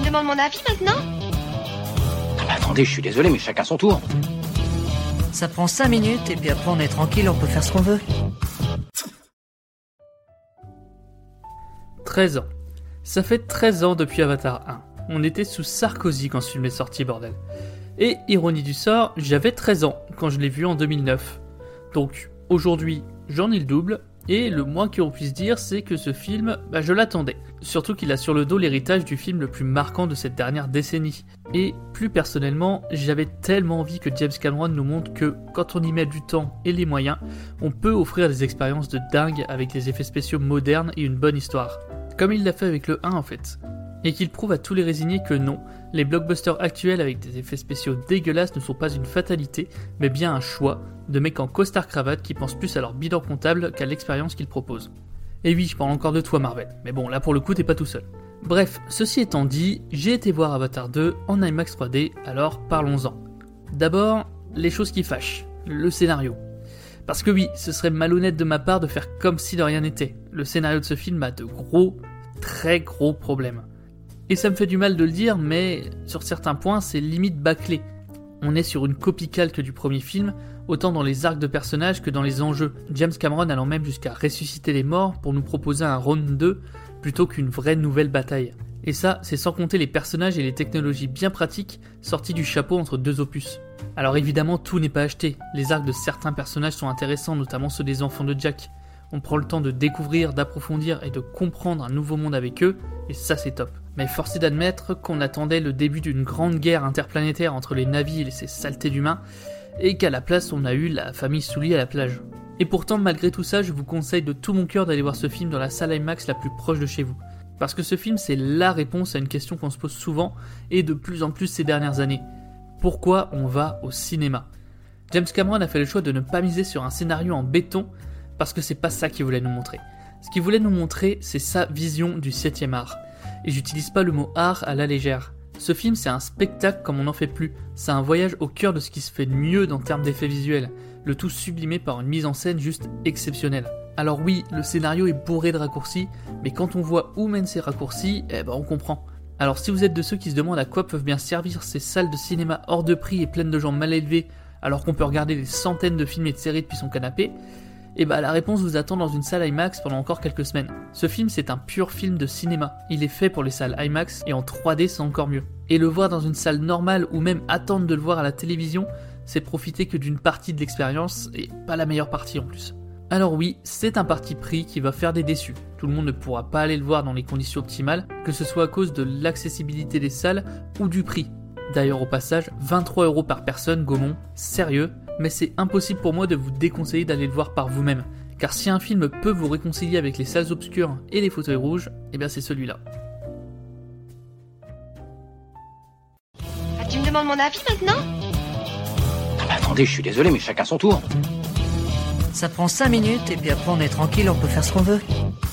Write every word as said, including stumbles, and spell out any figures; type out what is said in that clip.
demandes mon avis maintenant? Ah bah attendez, je suis désolé, mais chacun son tour. Ça prend cinq minutes et puis après on est tranquille, on peut faire ce qu'on veut. treize ans. Ça fait treize ans depuis Avatar un. On était sous Sarkozy quand ce film est sorti, bordel. Et, ironie du sort, j'avais treize ans quand je l'ai vu en deux mille neuf. Donc, aujourd'hui, j'en ai le double, et le moins qu'on puisse dire, c'est que ce film, bah, je l'attendais. Surtout qu'il a sur le dos l'héritage du film le plus marquant de cette dernière décennie. Et, plus personnellement, j'avais tellement envie que James Cameron nous montre que, quand on y met du temps et les moyens, on peut offrir des expériences de dingue avec des effets spéciaux modernes et une bonne histoire. Comme il l'a fait avec le un en fait. Et qu'il prouve à tous les résignés que non, les blockbusters actuels avec des effets spéciaux dégueulasses ne sont pas une fatalité, mais bien un choix de mecs en costard-cravate qui pensent plus à leur bilan comptable qu'à l'expérience qu'ils proposent. Et oui, je parle encore de toi Marvel, mais bon, là pour le coup t'es pas tout seul. Bref, ceci étant dit, j'ai été voir Avatar deux en IMAX trois D, alors parlons-en. D'abord, les choses qui fâchent, le scénario. Parce que oui, ce serait malhonnête de ma part de faire comme si de rien n'était. Le scénario de ce film a de gros, très gros problèmes. Et ça me fait du mal de le dire, mais sur certains points, c'est limite bâclé. On est sur une copie calque du premier film, autant dans les arcs de personnages que dans les enjeux. James Cameron allant même jusqu'à ressusciter les morts pour nous proposer un round deux plutôt qu'une vraie nouvelle bataille. Et ça, c'est sans compter les personnages et les technologies bien pratiques sortis du chapeau entre deux opus. Alors évidemment, tout n'est pas acheté. Les arcs de certains personnages sont intéressants, notamment ceux des enfants de Jack. On prend le temps de découvrir, d'approfondir et de comprendre un nouveau monde avec eux, et ça c'est top. Mais force est d'admettre qu'on attendait le début d'une grande guerre interplanétaire entre les Na'vi et ces saletés d'humains, et qu'à la place on a eu la famille Sully à la plage. Et pourtant, malgré tout ça, je vous conseille de tout mon cœur d'aller voir ce film dans la salle IMAX la plus proche de chez vous. Parce que ce film, c'est la réponse à une question qu'on se pose souvent, et de plus en plus ces dernières années. Pourquoi on va au cinéma ? James Cameron a fait le choix de ne pas miser sur un scénario en béton, parce que c'est pas ça qu'il voulait nous montrer. Ce qu'il voulait nous montrer, c'est sa vision du septième art. Et j'utilise pas le mot art à la légère. Ce film, c'est un spectacle comme on n'en fait plus. C'est un voyage au cœur de ce qui se fait de mieux en termes d'effets visuels, le tout sublimé par une mise en scène juste exceptionnelle. Alors oui, le scénario est bourré de raccourcis, mais quand on voit où mènent ces raccourcis, eh ben on comprend. Alors si vous êtes de ceux qui se demandent à quoi peuvent bien servir ces salles de cinéma hors de prix et pleines de gens mal élevés, alors qu'on peut regarder des centaines de films et de séries depuis son canapé, et bah la réponse vous attend dans une salle IMAX pendant encore quelques semaines. Ce film, c'est un pur film de cinéma. Il est fait pour les salles IMAX et en trois D c'est encore mieux. Et le voir dans une salle normale ou même attendre de le voir à la télévision, c'est profiter que d'une partie de l'expérience et pas la meilleure partie en plus. Alors oui, c'est un parti pris qui va faire des déçus. Tout le monde ne pourra pas aller le voir dans les conditions optimales, que ce soit à cause de l'accessibilité des salles ou du prix. D'ailleurs au passage, vingt-trois euros par personne, Gaumont, sérieux, mais c'est impossible pour moi de vous déconseiller d'aller le voir par vous-même, car si un film peut vous réconcilier avec les salles obscures et les fauteuils rouges, eh bien c'est celui-là. Ah, tu me demandes mon avis maintenant? Ah bah attendez, je suis désolé, mais chacun son tour. Ça prend cinq minutes et puis après on est tranquille, on peut faire ce qu'on veut.